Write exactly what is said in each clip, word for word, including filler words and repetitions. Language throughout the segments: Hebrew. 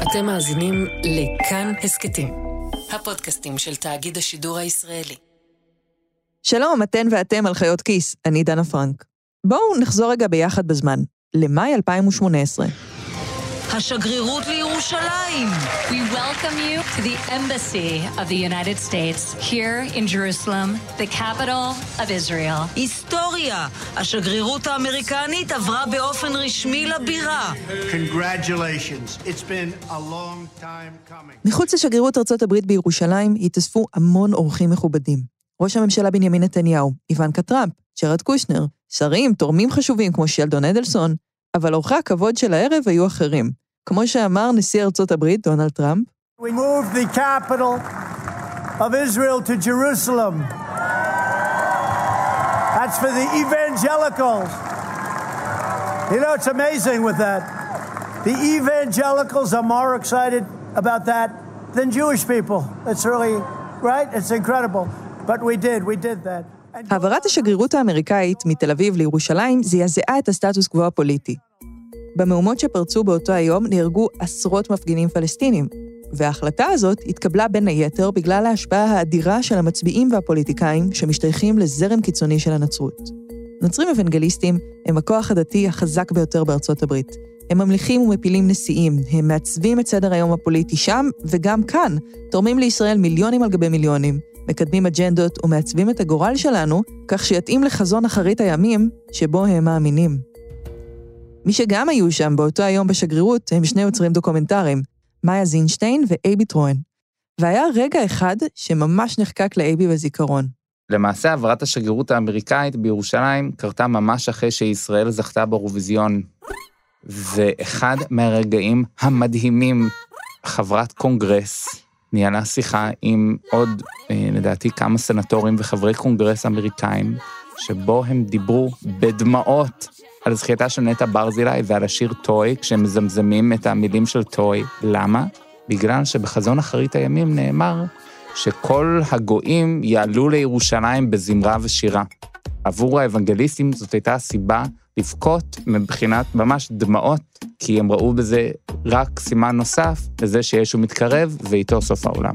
אתם מאזינים לכאן הסקטים, הפודקאסטים של תאגיד השידור הישראלי. שלום, אתן ואתם על חיות כיס, אני דנה פרנק. בואו נחזור רגע ביחד בזמן, למאי אלפיים ושמונה עשרה. השגרירות לירושלים. We welcome you to the Embassy of the United States here in Jerusalem, the capital of Israel. היסטוריה. השגרירות האמריקנית עברה באופן רשמי לבירה. Congratulations. It's been a long time coming. מחוץ לשגרירות ארצות הברית בירושלים התאספו המון אורחים מכובדים. ראש הממשלה בנימין נתניהו, איוונקה טראמפ, ג'רד קושנר, שרים, תורמים חשובים כמו שלדון אדלסון, אבל אורחי הכבוד של הערב היו אחרים. כמו שאמר נשיא ארצות הברית, דונלד טראמפ, We moved the capital of Israel to Jerusalem. That's for the evangelicals. You know, it's amazing with that. The evangelicals are more excited about that than Jewish people. It's really, right? It's incredible. But we did, we did that. העברת השגרירות האמריקאית מתל אביב לירושלים זעזעה את הסטטוס קוו הפוליטי. במהומות שפרצו באותו היום נהרגו עשרות מפגינים פלסטינים, וההחלטה הזאת התקבלה בין היתר בגלל ההשפעה האדירה של המצביעים והפוליטיקאים שמשתייכים לזרם קיצוני של הנצרות. נוצרים אוונגליסטים הם הכוח הדתי החזק ביותר בארצות הברית. הם ממליכים ומפילים נשיאים, הם מעצבים את סדר היום הפוליטי שם, וגם כאן תורמים לישראל מיליונים על גבי מיליונים, מקדמים אג'נדות ומעצבים את הגורל שלנו, כך שיתאים לחזון אחרית הימים שבו הם מאמינים. מי שגם היו שם באותו היום בשגרירות הם שני יוצרים דוקומנטריים, מאיה זינשטיין ואייבי טרוין. והיה רגע אחד שממש נחקק לאייבי בזיכרון. למעשה, העברת השגרירות האמריקאית בירושלים קרתה ממש אחרי שישראל זכתה באירוויזיון. זה אחד מהרגעים המדהימים. חברת קונגרס ניהלה שיחה עם עוד, לדעתי, כמה סנטורים וחברי קונגרס אמריקאים, שבו הם דיברו בדמעות על זכייתה של נטע ברזילי ועל השיר טוי, כשהם מזמזמים את המילים של טוי. למה? בגלל שבחזון אחרית הימים נאמר שכל הגויים יעלו לירושלים בזמרה ושירה. עבור האוונגליסטים זאת הייתה הסיבה לבכות מבחינת ממש דמעות, כי הם ראו בזה רק סימן נוסף לזה שישו מתקרב ואיתו סוף העולם.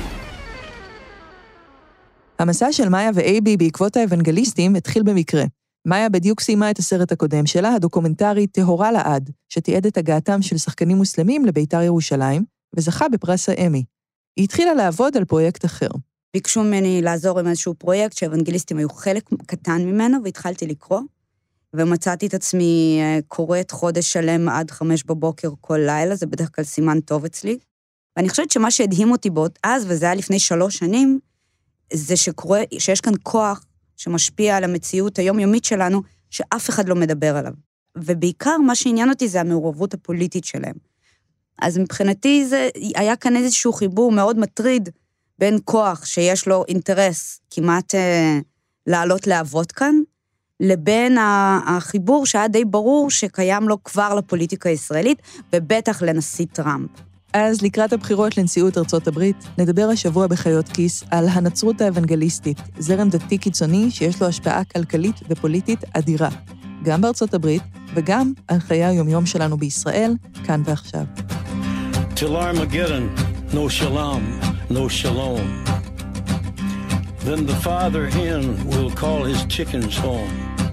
המסע של מאיה ואייבי בעקבות האוונגליסטים התחיל במקרה. מאיה בדיוק סיימה את הסרט הקודם שלה, הדוקומנטרי טהורה לעד, שתיעד את הגעתם של שחקנים מוסלמים לביתר ירושלים, וזכה בפרס האמי. היא התחילה לעבוד על פרויקט אחר. ביקשו ממני לעזור עם איזשהו פרויקט שהאוונגליסטים היו חלק קטן ממנו, והתחלתי לקרוא, ומצאתי את עצמי קוראת חודש שלם עד חמש בבוקר כל לילה, זה בדרך כלל סימן טוב אצלי. ואני חושבת שמה שהדהים אותי באות אז, וזה היה לפני שלוש שנים, זה שקורא, שיש כאן כוח שמשפיע על המציאות היומיומית שלנו, שאף אחד לא מדבר עליו. ובעיקר מה שעניין אותי זה המעורבות הפוליטית שלהם. אז מבחינתי זה היה כאן איזשהו חיבור מאוד מטריד, בין כוח שיש לו אינטרס כמעט אה, לעלות לעבוד כאן, לבין החיבור שהיה די ברור שקיים לו כבר לפוליטיקה הישראלית, ובטח לנשיא טראמפ. אז לקראת הבחירות לנשיאות ארצות הברית, נדבר השבוע בחיות כיס על הנצרות האוונגליסטית, זרם דתי קיצוני שיש לו השפעה כלכלית ופוליטית אדירה, גם בארצות הברית וגם על חיי היומיום שלנו בישראל, כאן ועכשיו. Till Armageddon, no shalom, no shalom. Then the father hen will call his chickens home.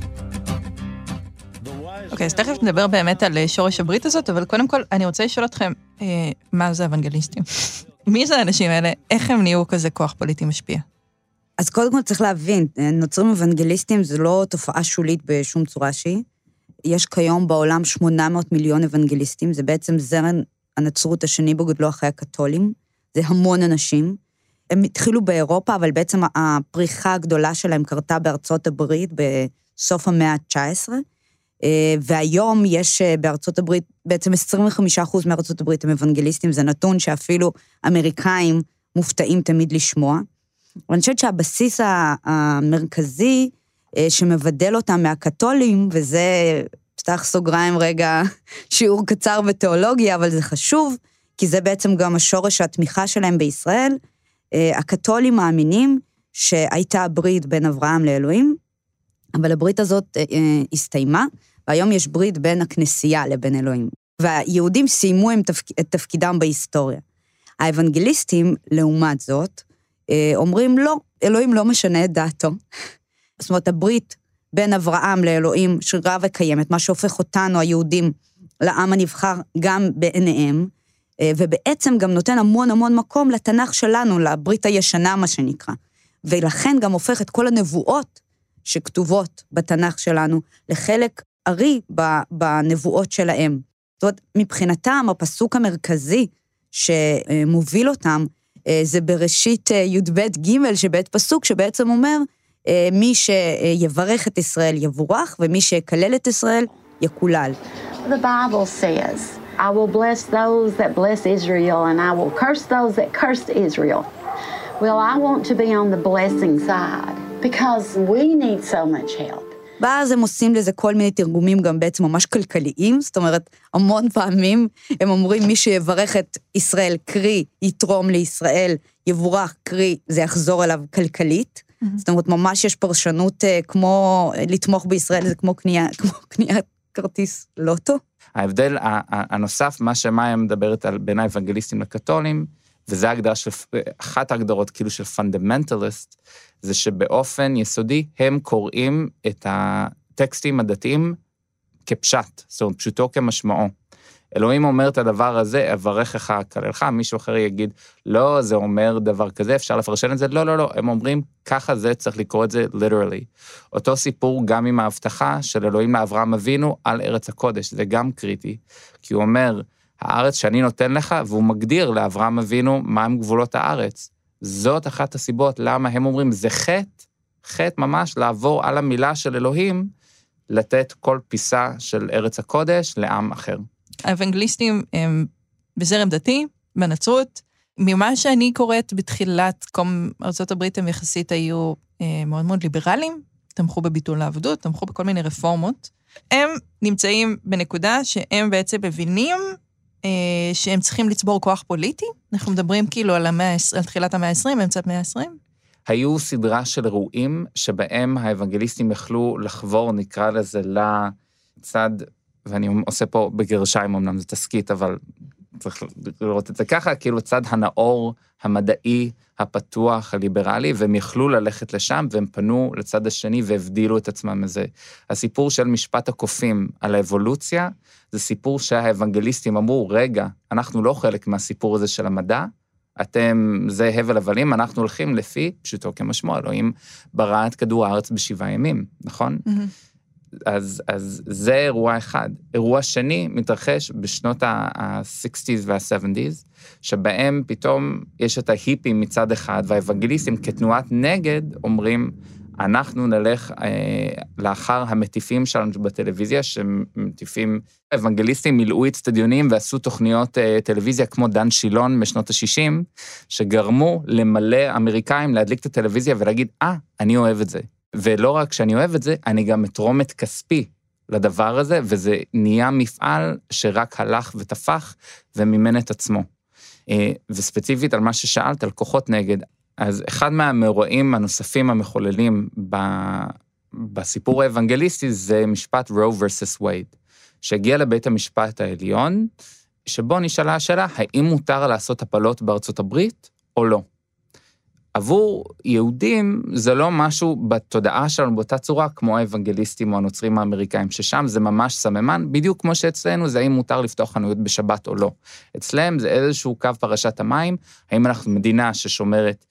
אוקיי, אז תכף נדבר באמת על שורש הברית הזאת, אבל קודם כל אני רוצה לשאול אתכם, אה, מה זה אוונגליסטים? מי זה האנשים האלה? איך הם נהיו כזה כוח פוליטי משפיע? אז קודם כל צריך להבין, נוצרים אוונגליסטים זה לא תופעה שולית בשום צורה שהיא. יש כיום בעולם שמונה מאות מיליון אוונגליסטים, זה בעצם זרם הנצרות השני בגודלו אחרי הקתולים, זה המון אנשים. הם התחילו באירופה, אבל בעצם הפריחה הגדולה שלהם קרתה בארצות הברית בסוף המאה ה-תשע עשרה, והיום יש בארצות הברית, בעצם עשרים וחמישה אחוז מארצות הברית הם אוונגליסטים, זה נתון שאפילו אמריקאים מופתעים תמיד לשמוע. ואני חושבת שהבסיס המרכזי שמבדל אותם מהקתולים, וזה פתח סוגריים רגע שיעור קצר בתיאולוגיה, אבל זה חשוב, כי זה בעצם גם השורש התמיכה שלהם בישראל. הקתולים מאמינים שהייתה ברית בין אברהם לאלוהים, אבל הברית הזאת הסתיימה, והיום יש ברית בין הכנסייה לבין אלוהים. והיהודים סיימו את תפקידם בהיסטוריה. האבנגליסטים, לעומת זאת, אומרים לא, אלוהים לא משנה את דעתו. זאת אומרת, הברית בין אברהם לאלוהים שרירה וקיימת, מה שהופך אותנו, היהודים, לעם הנבחר גם בעיניהם, ובעצם גם נותן המון המון מקום לתנ"ך שלנו, לברית הישנה, מה שנקרא. ולכן גם הופך את כל הנבואות שכתובות בתנ"ך שלנו, לחלק ארי בנבואות שלהם. זאת אומרת, מבחינתם, הפסוק המרכזי שמוביל אותם, זה בראשית י"ב ג' שבית פסוק, שבעצם אומר, מי שיברך את ישראל יבורך, ומי שיקלל את ישראל יקולל. The Bible says, I will bless those that bless Israel, and I will curse those that cursed Israel. Well, I want to be on the blessing side, because we need so much help. ואז הם עושים לזה כל מיני תרגומים גם בעצם ממש כלכליים, זאת אומרת, המון פעמים הם אומרים מי שיברך את ישראל, קרי, יתרום לישראל, יבורך, קרי, זה יחזור אליו כלכלית. Mm-hmm. זאת אומרת, ממש יש פרשנות כמו לתמוך בישראל, זה כמו קנייה, כמו קניית כרטיס לוטו. ההבדל הנוסף, מה שמאיה מדברת על בין האבנגליסטים לקתולים, וזה ההגדרה של, אחת ההגדרות כאילו של פונדמנטליסט, זה שבאופן יסודי הם קוראים את הטקסטים הדתיים כפשט, זאת אומרת, פשוטו כמשמעו. אלוהים אומר את הדבר הזה, אברכך, כללך, מישהו אחר יגיד, לא, זה אומר דבר כזה, אפשר לפרשן את זה, לא, לא, לא, הם אומרים, ככה זה, צריך לקרוא את זה literally. אותו סיפור גם עם ההבטחה של אלוהים לאברהם אבינו על ארץ הקודש, זה גם קריטי, כי הוא אומר, הארץ שאני נותן לך, והוא מגדיר לאברהם אבינו מהם גבולות הארץ. זאת אחת הסיבות למה הם אומרים, זה חטא, חטא ממש לעבור על המילה של אלוהים, לתת כל פיסה של ארץ הקודש לעם אחר. האבנגליסטים הם בזרם דתי, בנצרות, ממה שאני קוראת בתחילת קום ארצות הברית, הם יחסית היו מאוד מאוד ליברליים, תמכו בביטול העבדות, תמכו בכל מיני רפורמות. הם נמצאים בנקודה שהם בעצם מבינים שהם צריכים לצבור כוח פוליטי. אנחנו מדברים כאילו על, המאה, על תחילת המאה ה-עשרים, באמצעת מאה ה-עשרים. היו סדרה של אירועים שבהם האבנגליסטים יכלו לחבור, נקרא לזה, לצד, ואני עושה פה בגרשיים, אמנם זה תסקית, אבל צריך לראות את זה ככה, כאילו צד הנאור, המדעי, הפתוח, הליברלי, והם יכלו ללכת לשם, והם פנו לצד השני והבדילו את עצמם מזה. הסיפור של משפט הקופים על האבולוציה, זה סיפור שהאבנגליסטים אמרו, רגע, אנחנו לא חלק מהסיפור הזה של המדע, אתם, זה הבל הבלים, אנחנו הולכים לפי פשוטו כמשמעו, אלוהים ברא את כדור הארץ בשבעה ימים, נכון? Mm-hmm. אז, אז זה אירוע אחד. אירוע שני מתרחש בשנות ה-שישים וה-שבעים, שבהם פתאום יש את ההיפים מצד אחד, והאבנגליסטים כתנועת נגד אומרים, אנחנו נלך אה, לאחר המטיפים שלנו בטלוויזיה, שמטיפים אבנגליסטים מילאו אצטדיונים ועשו תוכניות אה, טלוויזיה כמו דן שילון משנות ה-שישים, שגרמו למלא אמריקאים להדליק את הטלוויזיה ולהגיד, אה, אני אוהב את זה. ולא רק שאני אוהב את זה, אני גם מתרום את כספי לדבר הזה, וזה נהיה מפעל שרק הלך ותפח ומימן את עצמו. אה, וספציפית על מה ששאלת, על כוחות נגד, אז אחד מהמאורעים הנוספים המחוללים ב... בסיפור האבנגליסטי זה משפט רו versus וייד, שהגיע לבית המשפט העליון, שבו נשאלה השאלה, האם מותר לעשות הפלות בארצות הברית או לא? עבור יהודים זה לא משהו בתודעה שלנו באותה צורה, כמו האבנגליסטים או הנוצרים האמריקאים, ששם זה ממש סממן, בדיוק כמו שאצלנו זה האם מותר לפתוח חנויות בשבת או לא. אצלם זה איזשהו קו פרשת המים, האם אנחנו מדינה ששומרת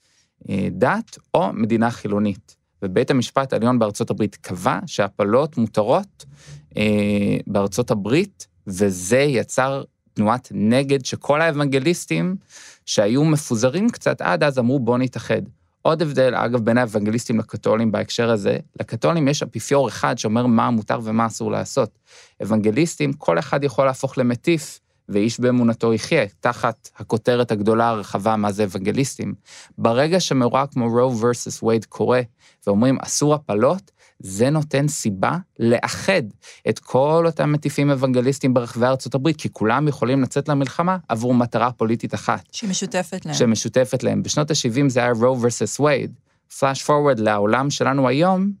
דת או מדינה חילונית. ובית המשפט העליון בארצות הברית קבע שהפלות מותרות אה, בארצות הברית, וזה יצר תנועת נגד שכל האבנגליסטים שהיו מפוזרים קצת עד אז אמרו בוא נתאחד. עוד הבדל, אגב, בין האבנגליסטים לקתולים בהקשר הזה, לקתולים יש אפיפיור אחד שאומר מה מותר ומה אסור לעשות. אבנגליסטים, כל אחד יכול להפוך למטיף, ואיש באמונתו יחיה, תחת הכותרת הגדולה הרחבה מה זה אבנגליסטים. ברגע שמאורע כמו רו versus וייד קורה, ואומרים אסור הפלות, זה נותן סיבה לאחד את כל אותם מטיפים אבנגליסטים ברחבי ארצות הברית, כי כולם יכולים לצאת למלחמה עבור מטרה פוליטית אחת. שמשותפת להם. שמשותפת להם. בשנות ה-שבעים זה היה רו versus וייד. פלאש פורוורד לעולם שלנו היום,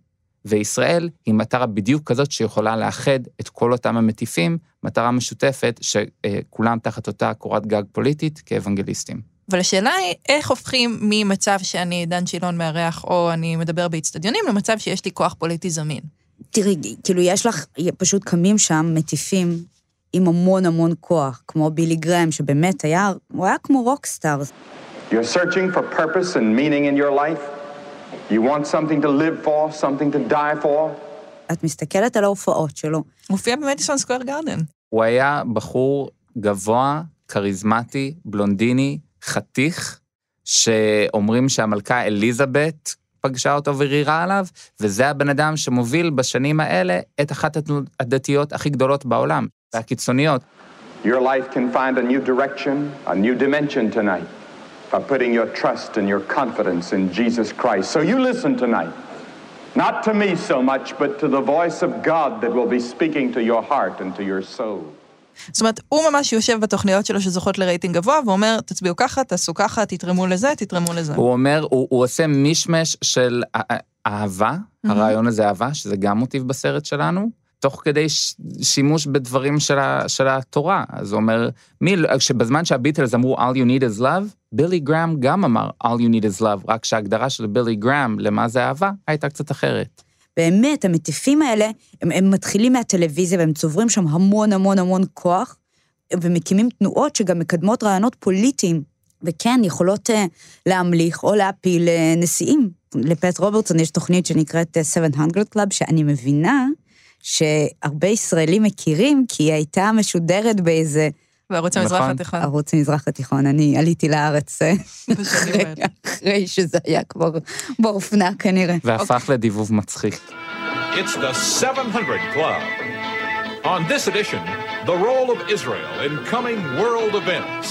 וישראל היא מטרה בדיוק כזאת שיכולה לאחד את כל אותם המטיפים, מטרה משותפת שכולם תחת אותה קורת גג פוליטית כאבנגליסטים. אבל השאלה היא, איך הופכים ממצב שאני דן שילון מארח, או אני מדבר באצטדיונים, למצב שיש לי כוח פוליטי זמין? תראי, כאילו יש לך, פשוט קמים שם מטיפים עם המון המון כוח, כמו בילי גרם, שבאמת היה, הוא היה כמו רוקסטאר. You're searching for purpose and meaning in your life? You want something to live for, something to die for? את מסתכלת על ההופעות שלו. הוא מופיע במדיסון סקוואר גארדן. הוא היה בחור גבוה, קריזמטי, בלונדיני, חתיך, שאומרים שהמלכה אליזבת פגשה אותו ורירה עליו, וזה הבן אדם שמוביל בשנים האלה את אחת הדתיות הכי גדולות בעולם, והקיצוניות. Your life can find a new direction, a new dimension tonight, by putting your trust and your confidence in Jesus Christ. So you listen tonight, not to me so much, but to the voice of God that will be speaking to your heart and to your soul. זאת אומרת, הוא ממש יושב בתוכניות שלו שזוכות לרייטינג גבוה, ואומר, תצביעו ככה, תעשו ככה, תתרמו לזה, תתרמו לזה. הוא אומר, הוא, הוא עושה מישמש של אהבה, הרעיון הזה אהבה, שזה גם מוטיב בסרט שלנו, תוך כדי שימוש בדברים של, ה, של התורה. אז הוא אומר, מי, שבזמן שהביטלס אמרו, all you need is love, בילי גרם גם אמר, all you need is love, רק שההגדרה של בילי גרם, למה זה אהבה, הייתה קצת אחרת. באמת, המטיפים האלה, הם, הם מתחילים מהטלוויזיה, והם צוברים שם המון המון המון כוח, ומקימים תנועות שגם מקדמות רעיונות פוליטיים, וכן, יכולות uh, להמליך או להפיל uh, נשיאים. לפט רוברטסון יש תוכנית שנקראת uh, שבע מאות קלאב, שאני מבינה שהרבה ישראלים מכירים, כי היא הייתה משודרת באיזה... בערוץ המזרח התיכון. ערוץ המזרח התיכון, אני עליתי לארץ אחרי שזה היה כבר באופנה כנראה. והפך לדיבוב מצחיק. It's the seven hundred Club. On this edition, the role of Israel in coming world events.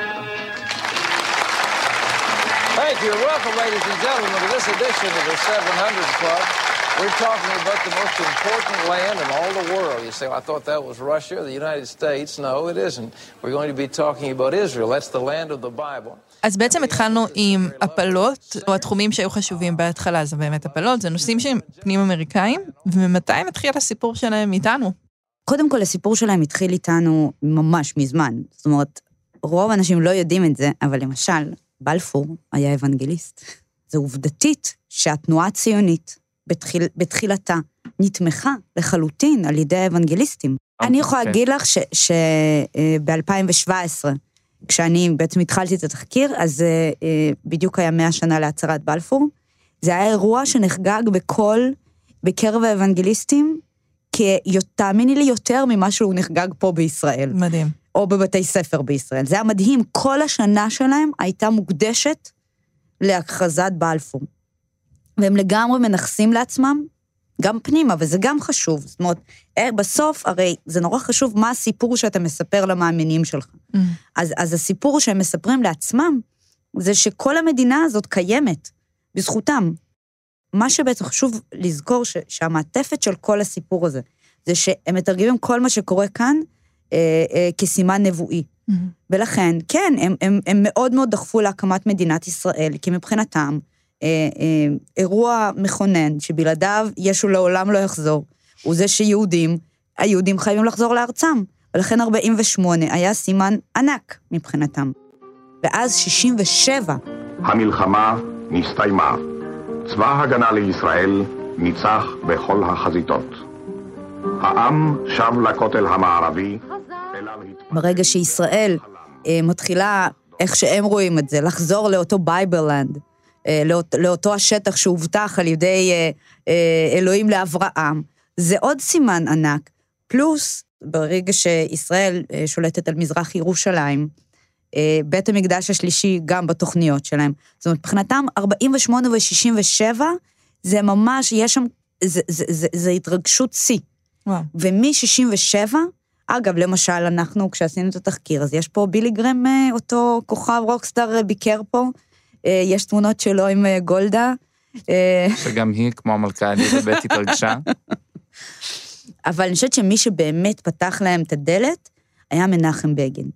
Thank you. Welcome, ladies and gentlemen, to this edition of the seven hundred Club. We're talking about the most important land in all the world. You say, well, I thought that was Russia or the United States. No, it isn't. We're going to be talking about Israel. That's the land of the Bible. אז בעצם התחלנו עם הפלות, או התחומים שהיו חשובים בהתחלה, זה באמת הפלות, זה נושאים שהם פנים אמריקאים, ומתי מתחיל הסיפור שלהם איתנו? קודם כל, הסיפור שלהם התחיל איתנו ממש מזמן. זאת אומרת, רוב האנשים לא יודעים את זה, אבל למשל, בלפור היה אבנגליסט. זה עובדתית שהתנועה הציונית, בתחיל, בתחילתה, נתמכה לחלוטין על ידי האבנגליסטים. Okay. אני יכולה להגיד לך שב-אלפיים שבע עשרה, כשאני בעצם התחלתי את התחקיר, אז בדיוק היה מאה שנה להצהרת בלפור, זה היה אירוע שנחגג בכל, בקרב האבנגליסטים, כי תאמיני לי יותר ממה שהוא נחגג פה בישראל. מדהים. או בבתי ספר בישראל. זה היה מדהים, כל השנה שלהם הייתה מוקדשת להכרזת בלפור. והם לגמרי מנחסים לעצמם, גם פנימה, וזה גם חשוב. זאת אומרת, בסוף, הרי זה נורא חשוב מה הסיפור שאתה מספר למאמינים שלך. Mm. אז, אז הסיפור שהם מספרים לעצמם, זה שכל המדינה הזאת קיימת, בזכותם. מה שבעצם חשוב לזכור, ש, שהמעטפת של כל הסיפור הזה, זה שהם מתרגמים כל מה שקורה כאן, אה, אה, כסימן נבואי. Mm-hmm. ולכן, כן, הם, הם, הם מאוד מאוד דחפו להקמת מדינת ישראל, כי מבחינתם, אירוע מכונן, שבלעדיו ישו לעולם לא יחזור, הוא זה שיהודים, היהודים חייבים לחזור לארצם, ולכן ארבעים ושמונה היה סימן ענק מבחינתם. ואז שישים ושבע. המלחמה נסתיימה. צבא הגנה לישראל ניצח בכל החזיתות. העם שב לכותל המערבי. ברגע שישראל מתחילה, איך שהם רואים את זה, לחזור לאותו בייבלנד, לאות, לאותו השטח שהובטח על ידי אה, אה, אלוהים לאברהם, זה עוד סימן ענק, פלוס ברגע שישראל אה, שולטת על מזרח ירושלים, אה, בית המקדש השלישי גם בתוכניות שלהם, זאת אומרת, מבחינתם ארבעים ושמונה ו-שישים ושבע, זה ממש, יש שם, זה, זה, זה, זה התרגשות שיא. ומ-שישים ושבע, אגב, למשל, אנחנו, כשעשינו את התחקיר, אז יש פה בילי גרם, אותו כוכב רוקסטאר ביקר פה, יש תמונות שלו עם גולדה. שגם היא, כמו המלכה אליזבת, התרגשה. אבל אני חושבת שמי שבאמת פתח להם את הדלת, היה מנחם בגין.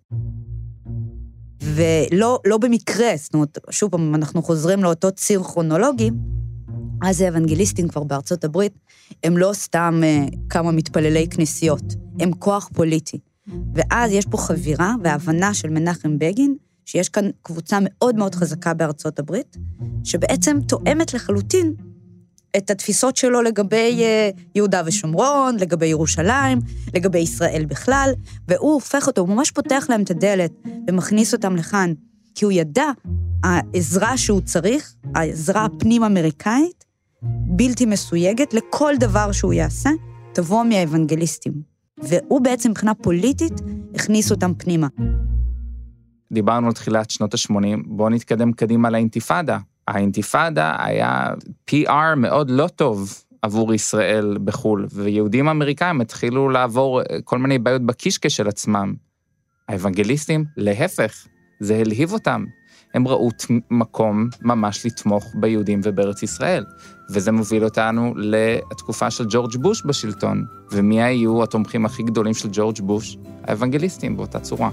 ולא לא במקרה, זאת אומרת, שוב פעם, אנחנו חוזרים לאותו ציר כרונולוגי, אז האוונגליסטים כבר בארצות הברית, הם לא סתם uh, כמה מתפללי כנסיות, הם כוח פוליטי. ואז יש פה חבירה והבנה של מנחם בגין, שיש כאן קבוצה מאוד מאוד חזקה בארצות הברית, שבעצם תואמת לחלוטין את התפיסות שלו לגבי uh, יהודה ושומרון, לגבי ירושלים, לגבי ישראל בכלל, והוא הופך אותו, הוא ממש פותח להם את הדלת, ומכניס אותם לכאן, כי הוא ידע, העזרה שהוא צריך, העזרה הפנים-אמריקאית, בלתי מסויגת, לכל דבר שהוא יעשה, תבוא מהאוונגליסטים. והוא בעצם מבחינה פוליטית, הכניס אותם פנימה. דיברנו על תחילת שנות ה-שמונים, בואו נתקדם קדימה לאינתיפאדה. האינתיפאדה היה פי אר מאוד לא טוב עבור ישראל בחול, ויהודים אמריקאים התחילו לעבור כל מיני בעיות בקישקע של עצמם. האוונגליסטים, להפך, זה הלהיב אותם. הם ראו מקום ממש לתמוך ביהודים ובארץ ישראל. וזה מוביל אותנו לתקופה של ג'ורג' בוש בשלטון. ומי היו התומכים הכי גדולים של ג'ורג' בוש? האוונגליסטים באותה צורה.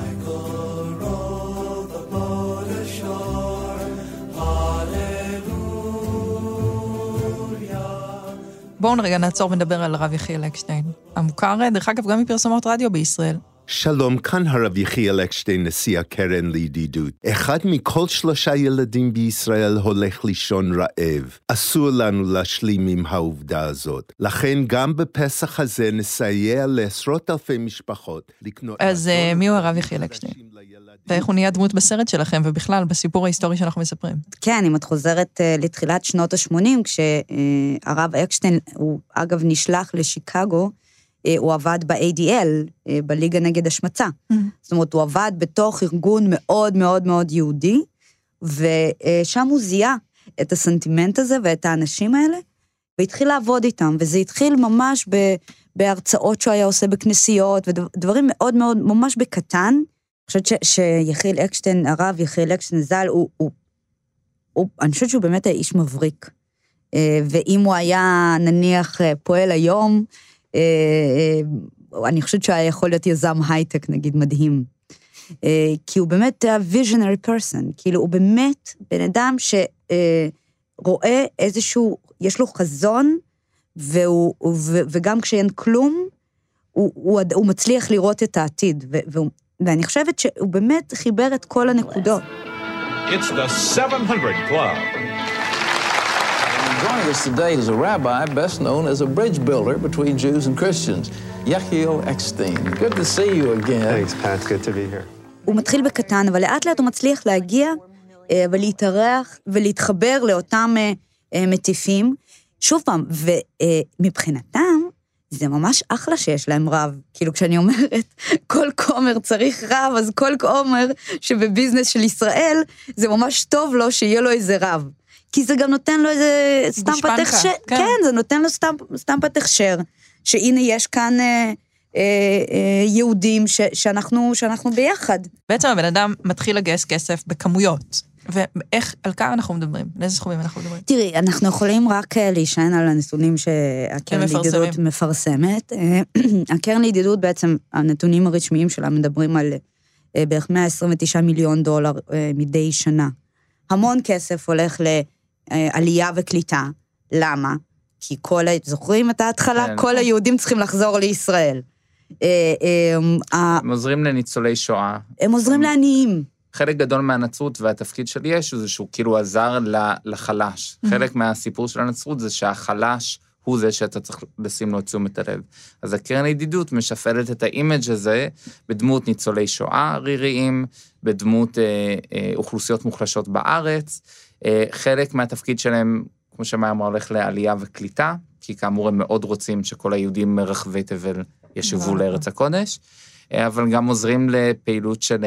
בואו רגע נעצור ונדבר על הרב יחיאל אקשטיין. המוכר, דרך אגב, גם מפרסומות רדיו בישראל. שלום, כאן הרב יחיאל אקשטיין, נשיא הקרן לידידות. אחד מכל שלושה ילדים בישראל הולך לישון רעב. אסור לנו להשלים עם העובדה הזאת. לכן גם בפסח הזה נסייע לעשרות אלפי משפחות לקנות... אז מי הוא הרב יחיאל אקשטיין? ואיך הוא נהיה דמות בסרט שלכם, ובכלל בסיפור ההיסטורי שאנחנו מספרים? כן, אם את חוזרת לתחילת שנות ה-שמונים, כשהרב אקשטיין, הוא אגב נשלח לשיקגו, הוא עבד ב-איי די אל, בליגה נגד השמצה. Mm-hmm. זאת אומרת, הוא עבד בתוך ארגון מאוד מאוד מאוד יהודי, ושם הוא זיהה את הסנטימנט הזה ואת האנשים האלה, והתחיל לעבוד איתם, וזה התחיל ממש בהרצאות שהוא היה עושה בכנסיות, ודברים מאוד מאוד, ממש בקטן. אני חושבת שיחיאל אקשטיין, הרב יחיאל אקשטיין ז"ל, הוא, הוא, הוא, אני חושבת שהוא באמת היה איש מבריק. ואם הוא היה נניח פועל היום, אני חושבת שהוא היה יכול להיות יזם הייטק, נגיד, מדהים. כי הוא באמת visionary person, כאילו הוא באמת בן אדם שרואה איזשהו, יש לו חזון, והוא, וגם כשאין כלום, הוא, הוא, הוא מצליח לראות את העתיד, והוא, ואני חושבת שהוא באמת חיבר את כל הנקודות. It's the seven hundred Club. Joining us today is a rabbi best known as a bridge builder between Jews and Christians, Yechiel Eckstein. Good to see you again. Thanks, Pat. Good to be here. הוא מתחיל בקטן, אבל לאט לאט הוא מצליח להגיע ולהתארח ולהתחבר לאותם מטיפים. שוב פעם, ומבחינתם, זה ממש אחלה שיש להם רב. כאילו כשאני אומרת, כל כומר צריך רב, אז כל כומר שבביזנס של ישראל, זה ממש טוב לו שיהיה לו איזה רב. כי זה גם נותן לו איזה סטמפת הכשר. כן. כן, זה נותן לו סטמפ, סטמפת הכשר, שהנה יש כאן אה, אה, אה, יהודים ש, שאנחנו, שאנחנו ביחד. בעצם הבן אדם מתחיל לגייס כסף בכמויות. ואיך, על כמה אנחנו מדברים? לאיזה סכומים אנחנו מדברים? תראי, אנחנו יכולים רק להישען על הנתונים שהקרן לידידות מפרסמת. הקרן לידידות בעצם, הנתונים הרשמיים שלה מדברים על בערך מאה עשרים ותשעה מיליון דולר מדי שנה. המון כסף הולך לעלייה וקליטה. למה? כי כל, זוכרים את ההתחלה? כל היהודים צריכים לחזור לישראל. הם עוזרים לניצולי שואה. הם עוזרים לעניים. חלק גדול מהנצרות והתפקיד של ישו זה שהוא כאילו עזר לחלש. חלק מהסיפור של הנצרות זה שהחלש הוא זה שאתה צריך לשים לו את תשומת הלב. אז הקרן לידידות משפלת את האימג' הזה בדמות ניצולי שואה עריריים, בדמות אה, אה, אוכלוסיות מוחלשות בארץ. אה, חלק מהתפקיד שלהם, כמו שמאי אמר, הולך לעלייה וקליטה, כי כאמור הם מאוד רוצים שכל היהודים מרחבי תבל ישובו לארץ הקודש. אבל גם עוזרים לפעילות של,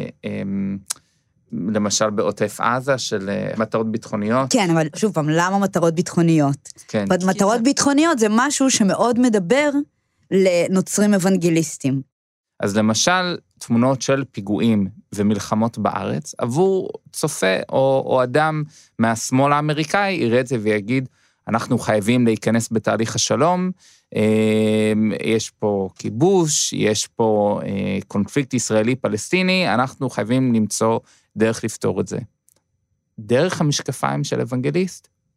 למשל בעוטף עזה, של מטרות ביטחוניות. כן, אבל שוב פעם, למה מטרות ביטחוניות? כן. מטרות ביטחוניות זה משהו שמאוד מדבר לנוצרים אוונגליסטים. אז למשל, תמונות של פיגועים ומלחמות בארץ, עבור צופה או, או אדם מהשמאל האמריקאי, יראה את זה ויגיד, אנחנו חייבים להיכנס בתהליך השלום, יש פה כיבוש, יש פה קונפליקט ישראלי-פלסטיני, אנחנו חייבים למצוא דרך לפתור את זה. דרך המשקפיים של אוונגליסט,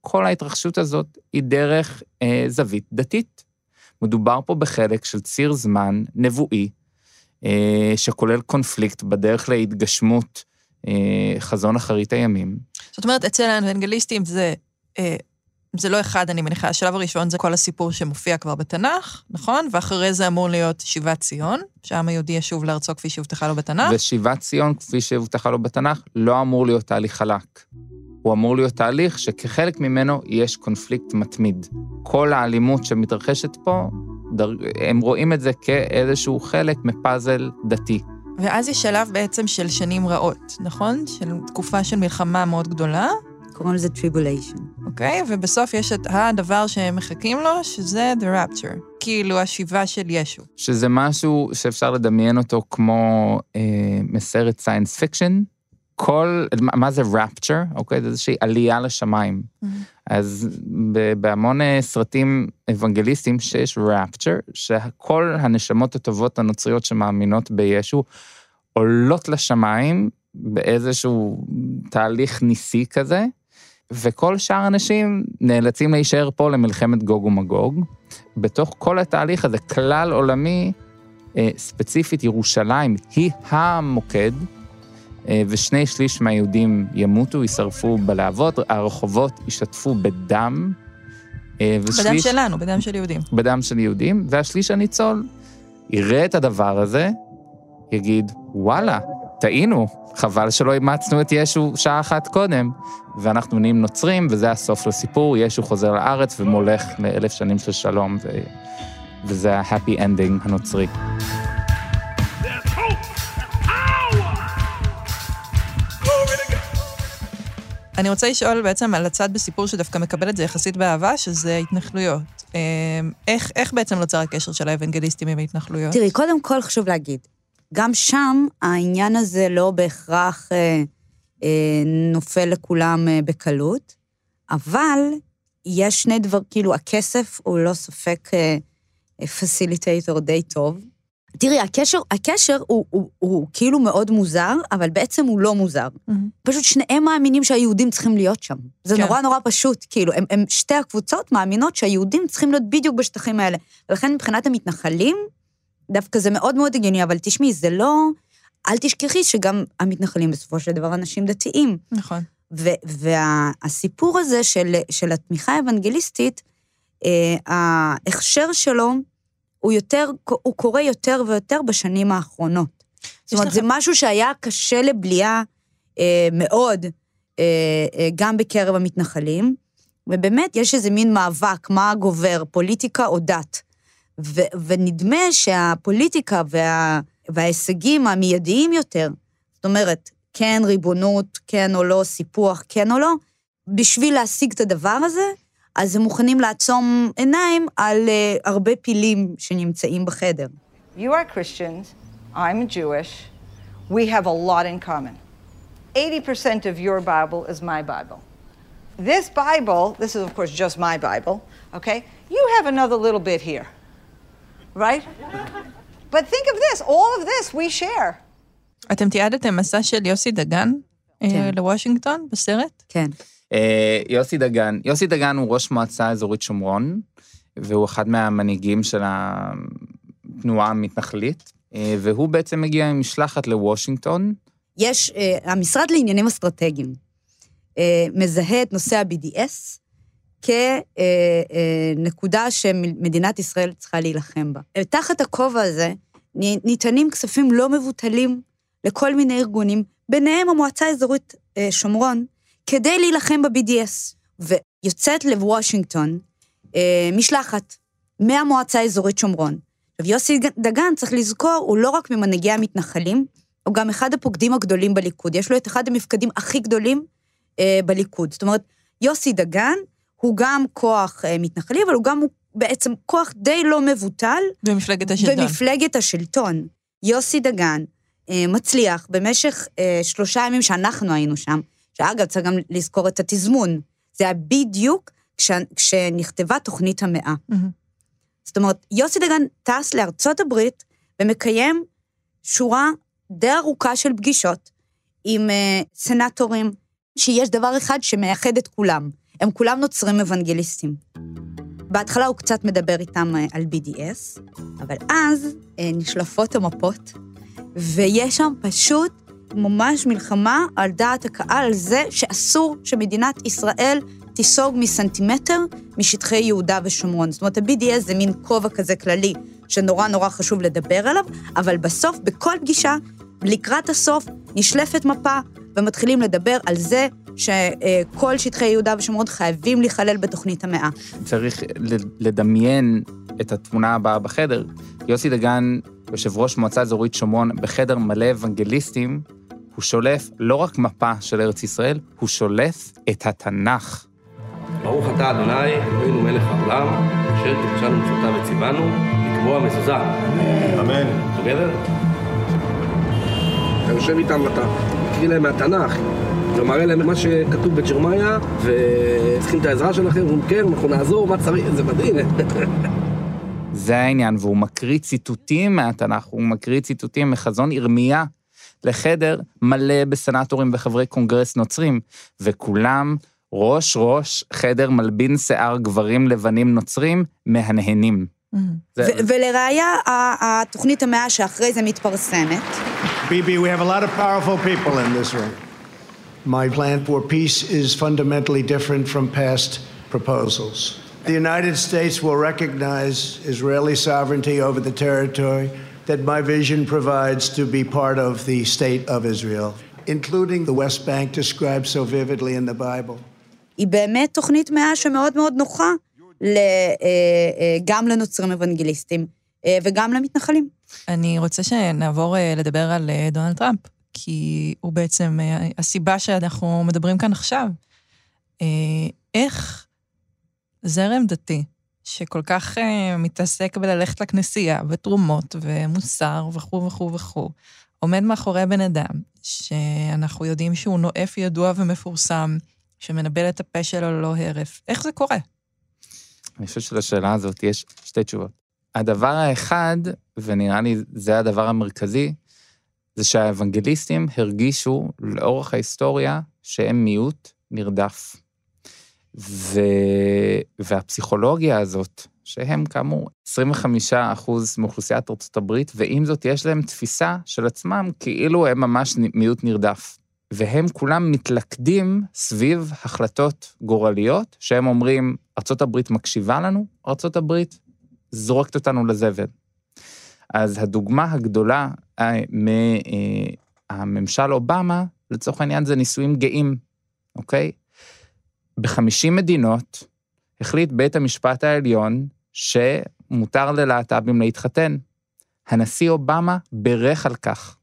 כל ההתרחשות הזאת היא דרך אה, זווית דתית. מדובר פה בחלק של ציר זמן נבואי, אה, שכולל קונפליקט בדרך להתגשמות אה, חזון אחרית הימים. זאת אומרת, אצל האנוונגליסטים זה, אה, זה לא אחד, אני מניחה, השלב הראשון זה כל הסיפור שמופיע כבר בתנ"ך, נכון? ואחרי זה אמור להיות שיבת ציון, שהעם היהודי ישוב לארצו כפי שהובטחה לו בתנ"ך. ושיבת ציון כפי שהובטחה לו בתנ"ך לא אמור להיות תהליך חלק. הוא אמור להיות תהליך שכחלק ממנו יש קונפליקט מתמיד. כל האלימות שמתרחשת פה, הם רואים את זה כאיזשהו חלק מפאזל דתי. ואז יש שלב בעצם של שנים רעות, נכון? של תקופה של מלחמה מאוד גדולה. קוראים לזה טריבוליישן. אוקיי, ובסוף יש את הדבר שהם מחכים לו, שזה the rapture, כאילו השיבה של ישו. שזה משהו שאפשר לדמיין אותו כמו אה, מסרט סיינס פיקשן, כל, מה זה rapture? אוקיי, זה איזושהי עלייה לשמיים. Mm-hmm. אז בהמון סרטים אוונגליסטיים שיש rapture, שכל הנשמות הטובות הנוצריות שמאמינות בישו, עולות לשמיים באיזשהו תהליך ניסי כזה, וכל שאר האנשים נאלצים להישאר פה למלחמת גוג ומגוג. בתוך כל התהליך הזה, כלל עולמי, ספציפית ירושלים, היא המוקד, ושני שליש מהיהודים ימותו, יישרפו בלהבות, הרחובות ישתפו בדם. ושליש, בדם שלנו, בדם של יהודים. בדם של יהודים, והשליש הניצול יראה את הדבר הזה, יגיד, וואלה, טעינו, חבל שלא אימצנו את ישו שעה אחת קודם, ואנחנו נהיים נוצרים, וזה הסוף לסיפור, ישו חוזר לארץ ומולך לאלף שנים של שלום, ו... וזה ה-happy ending הנוצרי. אני רוצה לשאול בעצם על הצד בסיפור שדווקא מקבל את זה יחסית באהבה, שזה התנחלויות. איך, איך בעצם נוצר הקשר של האוונגליסטים עם ההתנחלויות? תראי, קודם כל חשוב להגיד, גם שם העניין הזה לא בהכרח אה, אה, נופל לכולם אה, בקלות, אבל יש שני דבר, כאילו הכסף הוא לא ספק אה, פסיליטייטור די טוב. תראי, הקשר, הקשר הוא, הוא, הוא כאילו מאוד מוזר, אבל בעצם הוא לא מוזר. Mm-hmm. פשוט שניהם מאמינים שהיהודים צריכים להיות שם. זה כן. נורא נורא פשוט, כאילו, הם, הם שתי הקבוצות מאמינות שהיהודים צריכים להיות בדיוק בשטחים האלה. ולכן מבחינת המתנחלים, דווקא זה מאוד מאוד הגיוני, אבל תשמעי, זה לא, אל תשכחי שגם המתנחלים בסופו של דבר אנשים דתיים. נכון. והסיפור הזה של, של התמיכה האוונגליסטית, אה, ההכשר שלו, הוא יותר, הוא קורה יותר ויותר בשנים האחרונות. זאת אומרת, זה משהו שהיה קשה לבליעה אה, מאוד, אה, אה, גם בקרב המתנחלים, ובאמת יש איזה מין מאבק, מה גובר, פוליטיקה או דת. ו, ונדמה שהפוליטיקה וה, וההישגים המיידיים יותר, זאת אומרת, כן ריבונות, כן או לא, סיפוח, כן או לא, בשביל להשיג את הדבר הזה, אז הם מוכנים לעצום עיניים על uh, הרבה פילים שנמצאים בחדר. You are Christians, I'm Jewish, we have a lot in common. eighty percent of your Bible is my Bible. This Bible, this is of course just my Bible, okay? You have another little bit here, right? But think of this, all of this we share. אתם תיעדתם מסע של יוסי דגן כן. לוושינגטון בסרט? כן. יוסי דגן, יוסי דגן הוא ראש מועצה אזורית שומרון, והוא אחד מהמנהיגים של התנועה המתנחלית, והוא בעצם מגיע עם משלחת לוושינגטון. יש, המשרד לעניינים אסטרטגיים, מזהה את נושא ה-בי די אס, כנקודה שמדינת ישראל צריכה להילחם בה. תחת הכובע הזה, ניתנים כספים לא מבוטלים לכל מיני ארגונים, ביניהם המועצה האזורית שומרון, כדי להילחם ב-בי די אס. ויוצאת לוושינגטון משלחת מהמועצה האזורית שומרון. יוסי דגן, צריך לזכור, הוא לא רק ממנהיגי המתנחלים, הוא גם אחד הפוקדים הגדולים בליכוד. יש לו את אחד המפקדים הכי גדולים בליכוד. זאת אומרת, יוסי דגן הוא גם כוח מתנחלי, אבל הוא גם בעצם כוח די לא מבוטל. במפלגת השלטון. במפלגת השלטון. יוסי דגן מצליח במשך שלושה ימים שאנחנו היינו שם, שאגב, צריך גם לזכור את התזמון. זה היה בדיוק כש, כשנכתבה תוכנית המאה. Mm-hmm. זאת אומרת, יוסי דגן טס לארצות הברית, ומקיים שורה די ארוכה של פגישות, עם uh, סנטורים, שיש דבר אחד שמייחד את כולם, הם כולם נוצרים אוונגליסטים. בהתחלה הוא קצת מדבר איתם על בי די אס, אבל אז נשלפות המפות, ויש שם פשוט ממש מלחמה על דעת הקהל, על זה שאסור שמדינת ישראל תיסוג מסנטימטר משטחי יהודה ושומרון. זאת אומרת, ה-בי די אס זה מין כובע כזה כללי, שנורא נורא חשוב לדבר עליו, אבל בסוף, בכל פגישה, לקראת הסוף, נשלפת מפה, ומתחילים לדבר על זה שכל שטחי יהודה ושומרון חייבים להיכלל בתוכנית המאה. צריך לדמיין את התמונה הבאה בחדר. יוסי דגן, יושב ראש מועצה אזורית שומרון, בחדר מלא אוונגליסטים, הוא שולף לא רק מפה של ארץ ישראל, הוא שולף את התנ"ך. ברוך אתה אדוני, אלוהינו מלך העולם, אשר קידשנו מצוותיו וציוונו, לקבוע מזוזה. אמן. together? אתה יושב איתם ואתה מקריא להם מהתנ"ך, ומראה להם מה שכתוב בג'רמיה, וצריכים את העזרה שלכם, ואומרים, כן, אנחנו נעזור, מה צריך, זה מדהים. זה העניין, והוא מקריא ציטוטים מהתנ"ך, הוא מקריא ציטוטים מחזון ירמיה, לחדר מלא בסנטורים וחברי קונגרס נוצרים, וכולם ראש ראש חדר מלבין שיער גברים לבנים נוצרים מהנהנים. ולראיה, התוכנית המאה שאחרי זה מתפרסמת. ביבי, we have a lot of powerful people in this room. My plan for peace is fundamentally different from past proposals. The United States will recognize Israeli sovereignty over the territory that my vision provides to be part of the state of Israel, including the West Bank described so vividly in the Bible. היא באמת תוכנית מאה שמאוד מאוד נוחה גם לנוצרים אוונגליסטים וגם למתנחלים. אני רוצה שנעבור לדבר על דונלד טראמפ, כי הוא בעצם הסיבה שאנחנו מדברים כאן עכשיו. איך זרם דתי, שכל כך מתעסק בללכת לכנסייה, ותרומות ומוסר וכו' וכו' וכו', עומד מאחורי בן אדם, שאנחנו יודעים שהוא נואף ידוע ומפורסם, שמנבל את הפה שלו ללא הרף. איך זה קורה? אני חושב שלשאלה הזאת יש שתי תשובות. הדבר האחד, ונראה לי זה הדבר המרכזי, זה שהאוונגליסטים הרגישו לאורך ההיסטוריה שהם מיעוט נרדף. ו... והפסיכולוגיה הזאת, שהם כאמור עשרים וחמישה אחוז מאוכלוסיית ארצות הברית, ועם זאת יש להם תפיסה של עצמם כאילו הם ממש מיעוט נרדף. והם כולם מתלכדים סביב החלטות גורליות, שהם אומרים, ארצות הברית מקשיבה לנו, ארצות הברית זורקת אותנו לזבל. אז הדוגמה הגדולה מהממשל אובמה, לצורך העניין זה נישואים גאים, אוקיי? ב-חמישים מדינות החליט בית המשפט העליון שמותר ללהט"בים להתחתן. הנשיא אובמה בירך על כך.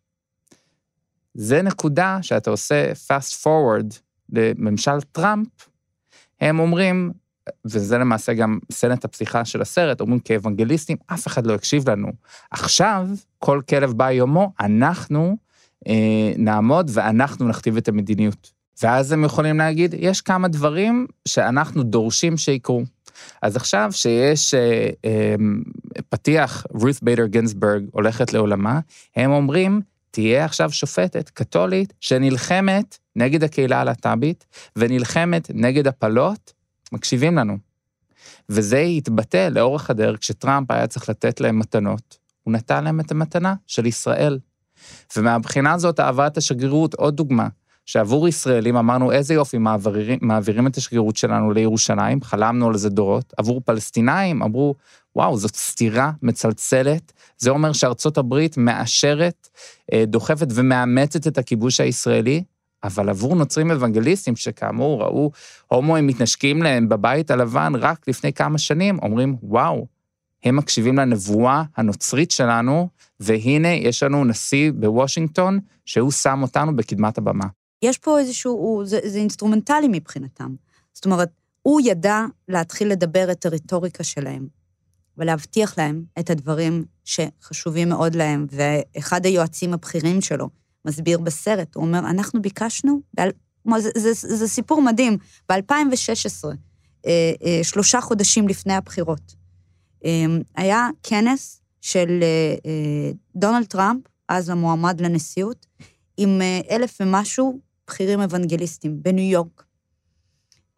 זה נקודה שאתה עושה fast forward לממשל טראמפ, הם אומרים, וזה למעשה גם סצנת הפסיכה של הסרט, אומרים כאוונגליסטים, אף אחד לא יקשיב לנו. עכשיו, כל כלב בא יומו, אנחנו אה, נעמוד ואנחנו נכתיב את המדיניות. ואז הם יכולים להגיד, יש כמה דברים שאנחנו דורשים שיקרו. אז עכשיו שיש אה, אה, פתיח, רות ביידר גינסברג הולכת לעולמה, הם אומרים, תהיה עכשיו שופטת קתולית שנלחמת נגד הקהילה הלהט"בית, ונלחמת נגד הפלות, מקשיבים לנו. וזה יתבטא לאורך הדרך, כשטראמפ היה צריך לתת להם מתנות, הוא נתן להם את המתנה של ישראל. ומהבחינה הזאת, אהבת השגרירות, עוד דוגמה, שעבור ישראלים אמרנו, איזה יופי, מעבירים, מעבירים את השגרירות שלנו לירושלים, חלמנו על זה דורות, עבור פלסטינאים, אמרו, וואו, זאת סתירה מצלצלת, זה אומר שארצות הברית מאשרת, דוחפת ומאמצת את הכיבוש הישראלי, אבל עבור נוצרים אוונגליסטים, שכאמור ראו הומואים מתנשקים להם בבית הלבן רק לפני כמה שנים, אומרים, וואו, הם מקשיבים לנבואה הנוצרית שלנו, והנה יש לנו נשיא בוושינגטון, שהוא שם אותנו בקדמת הבמה. יש פה איזשהו, זה, זה אינסטרומנטלי מבחינתם. זאת אומרת, הוא ידע להתחיל לדבר את הרטוריקה שלהם, ולהבטיח להם את הדברים שחשובים מאוד להם, ואחד היועצים הבכירים שלו מסביר בסרט, הוא אומר, אנחנו ביקשנו, זה, זה, זה, זה סיפור מדהים, ב-אלפיים ושש עשרה, שלושה חודשים לפני הבחירות, היה כנס של דונלד טראמפ, אז המועמד לנשיאות, עם אלף ומשהו בכירים אוונגליסטים בניו יורק.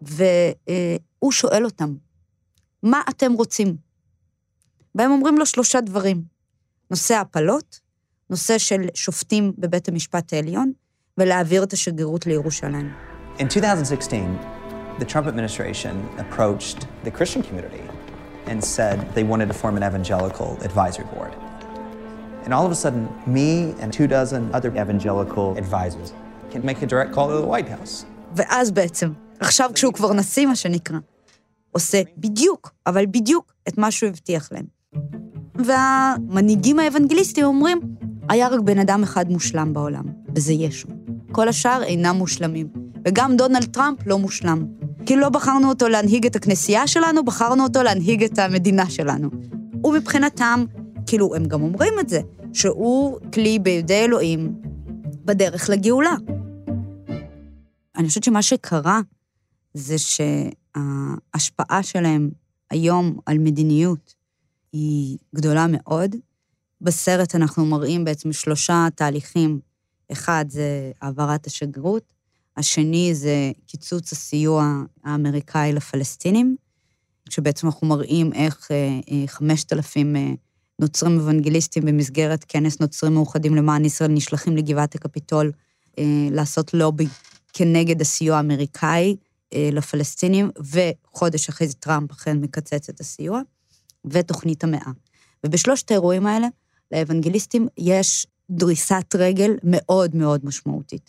והוא שואל אותם, מה אתם רוצים? והם אומרים לו שלושה דברים, נושא הפלות, נושא של שופטים בבית המשפט העליון, ולהעביר את השגרירות לירושלים. In twenty sixteen, the Trump administration approached the Christian community and said they wanted to form an evangelical advisory board. And all of a sudden, me and two dozen other evangelical advisors can make a direct call to the White House. ואז בעצם, עכשיו כשהוא כבר נשיא, מה שנקרא, עושה בדיוק, אבל בדיוק את מה שהוא הבטיח להם. והמנהיגים האבנגליסטים אומרים, היה רק בן אדם אחד מושלם בעולם, וזה ישו. כל השאר אינם מושלמים. וגם דונלד טראמפ לא מושלם. כאילו לא בחרנו אותו להנהיג את הכנסייה שלנו, בחרנו אותו להנהיג את המדינה שלנו. ומבחינתם, כאילו הם גם אומרים את זה, שהוא כלי בידי אלוהים בדרך לגאולה. אני חושבת שמה שקרה זה שההשפעה שלהם היום על מדיניות היא גדולה מאוד. בסרט אנחנו מראים בעצם שלושה תהליכים. אחד זה העברת השגרירות, השני זה קיצוץ הסיוע האמריקאי לפלסטינים, שבעצם אנחנו מראים איך חמשת אלפים נוצרים אוונגליסטים במסגרת כנס נוצרים מאוחדים למען ישראל נשלחים לגבעת הקפיטול לעשות לובי כנגד הסיוע האמריקאי לפלסטינים, וחודש אחרי זה טראמפ אכן מקצץ את הסיוע, ותוכנית המאה. ובשלושת האירועים האלה, לאוונגליסטים יש דריסת רגל מאוד מאוד משמעותית.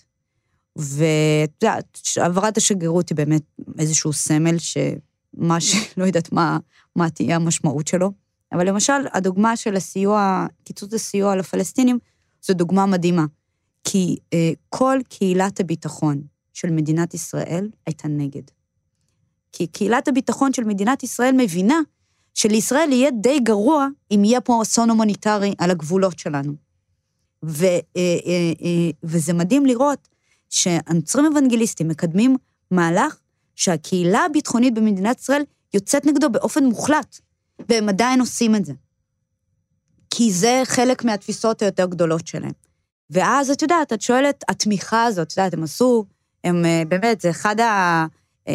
ועברת השגרירות היא באמת איזשהו סמל, שמה שלא יודעת מה, מה תהיה המשמעות שלו, אבל למשל, הדוגמה של הסיוע, קיצוץ הסיוע לפלסטינים, זו דוגמה מדהימה, כי אה, כל קהילת הביטחון של מדינת ישראל הייתה נגד. כי קהילת הביטחון של מדינת ישראל מבינה שלישראל יהיה די גרוע אם יהיה פה אסון הומניטרי על הגבולות שלנו. ו, אה, אה, אה, וזה מדהים לראות שהנוצרים אוונגליסטים מקדמים מהלך שהקהילה הביטחונית במדינת ישראל יוצאת נגדו באופן מוחלט, והם עדיין עושים את זה. כי זה חלק מהתפיסות היותר גדולות שלהם. ואז את יודעת, את שואלת, התמיכה הזאת, את יודעת, הם עשו, הם באמת, זה אחד ה...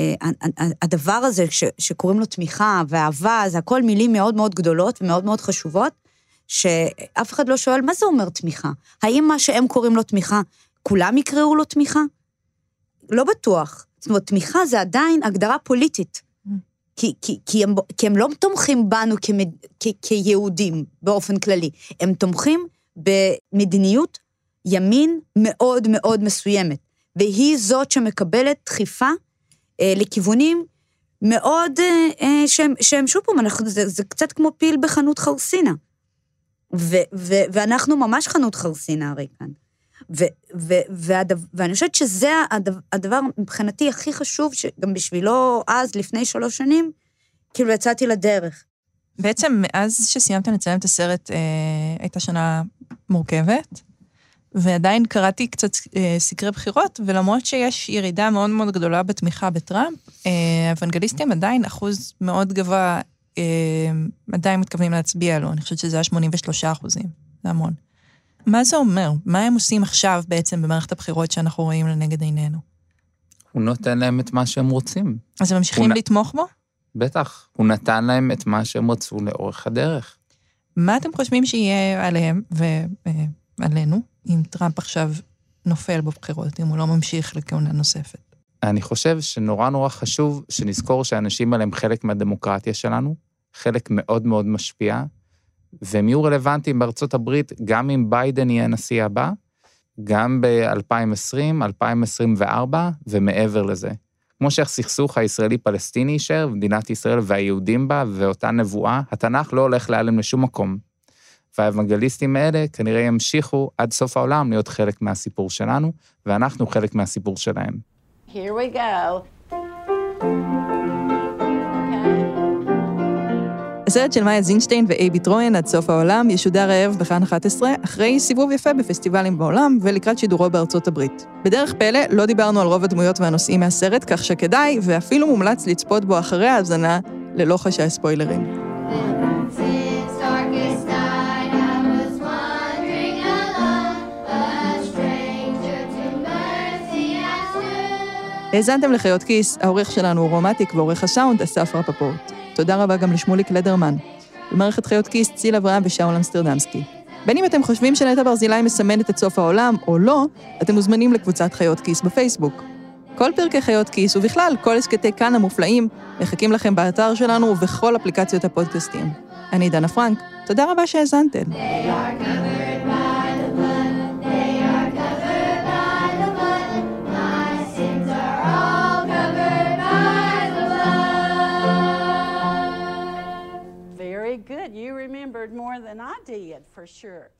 הדבר הזה ש, שקוראים לו תמיכה ואהבה, זה הכל מילים מאוד מאוד גדולות ומאוד מאוד חשובות, שאף אחד לא שואל, מה זה אומר תמיכה? האם מה שהם קוראים לו תמיכה, כולם יקראו לו תמיכה? לא בטוח. זאת אומרת, תמיכה זה עדיין הגדרה פוליטית. כי, כי, כי, הם, כי הם לא תומכים בנו כמד, כ, כיהודים באופן כללי. הם תומכים במדיניות ימין מאוד מאוד מסוימת. והיא זאת שמקבלת דחיפה אה, לכיוונים מאוד, אה, אה, שהם, שהם שוב פעם, אנחנו, זה, זה קצת כמו פיל בחנות חרסינה. ו, ו, ואנחנו ממש חנות חרסינה הרי כאן. ו, ו, והדבר, ואני חושבת שזה הדבר, הדבר מבחינתי הכי חשוב, שגם בשבילו אז, לפני שלוש שנים, כאילו יצאתי לדרך. בעצם מאז שסיימתם לצלם את הסרט, אה, הייתה שנה מורכבת, ועדיין קראתי קצת אה, סקרי בחירות, ולמרות שיש ירידה מאוד מאוד גדולה בתמיכה בטראמפ, אה, האוונגליסטים עדיין אחוז מאוד גבוה, אה, עדיין מתכוונים להצביע לו, אני חושבת שזה היה שמונים ושלושה אחוזים, זה המון. מה זה אומר? מה הם עושים עכשיו בעצם במערכת הבחירות שאנחנו רואים לנגד עינינו? הוא נותן להם את מה שהם רוצים. אז הם ממשיכים לתמוך בו? בטח, הוא נתן להם את מה שהם רצו לאורך הדרך. מה אתם חושבים שיהיה עליהם ועלינו, אם טראמפ עכשיו נופל בבחירות, אם הוא לא ממשיך לכהונה נוספת? אני חושב שנורא נורא חשוב שנזכור שהאנשים האלה הם חלק מהדמוקרטיה שלנו, חלק מאוד מאוד משפיע, והם יהיו רלוונטיים בארצות הברית, גם אם ביידן יהיה הנשיא הבא, גם ב-אלפיים עשרים, אלפיים עשרים וארבע, ומעבר לזה. כמו שהסכסוך הישראלי-פלסטיני יישאר, מדינת ישראל והיהודים בה, ואותה נבואה, התנ"ך לא הולך להיעלם לשום מקום. והאוונגליסטים האלה כנראה ימשיכו עד סוף העולם להיות חלק מהסיפור שלנו, ואנחנו חלק מהסיפור שלהם. Here we go. הסרט של מאיה זינשטיין ואייבי טרוין עד סוף העולם ישודר הערב בכאן אחת עשרה, אחרי סיבוב יפה בפסטיבלים בעולם ולקראת שידורו בארצות הברית. בדרך פלא לא דיברנו על רוב הדמויות והנושאים מהסרט, כך שכדאי ואפילו מומלץ לצפות בו אחרי ההאזנה ללא חשש ספוילרים. האזנתם לחיות כיס, העורך שלנו הוא רומטיק ועורך הסאונד אסף רפפורט. תודה רבה גם לשמוליק לדרמן. במערכת חיות כיס ציל אברהם ושאול אמסטרדמסקי. בין אם אתם חושבים שנטע ברזילי מסמנת את סוף העולם או לא, אתם מוזמנים לקבוצת חיות כיס בפייסבוק. כל פרקי חיות כיס ובכלל כל הסקטי כאן המופלאים מחכים לכם באתר שלנו ובכל אפליקציות הפודקאסטים. אני דנה פרנק, תודה רבה שהאזנתם. Very good. You remembered more than I did, for sure.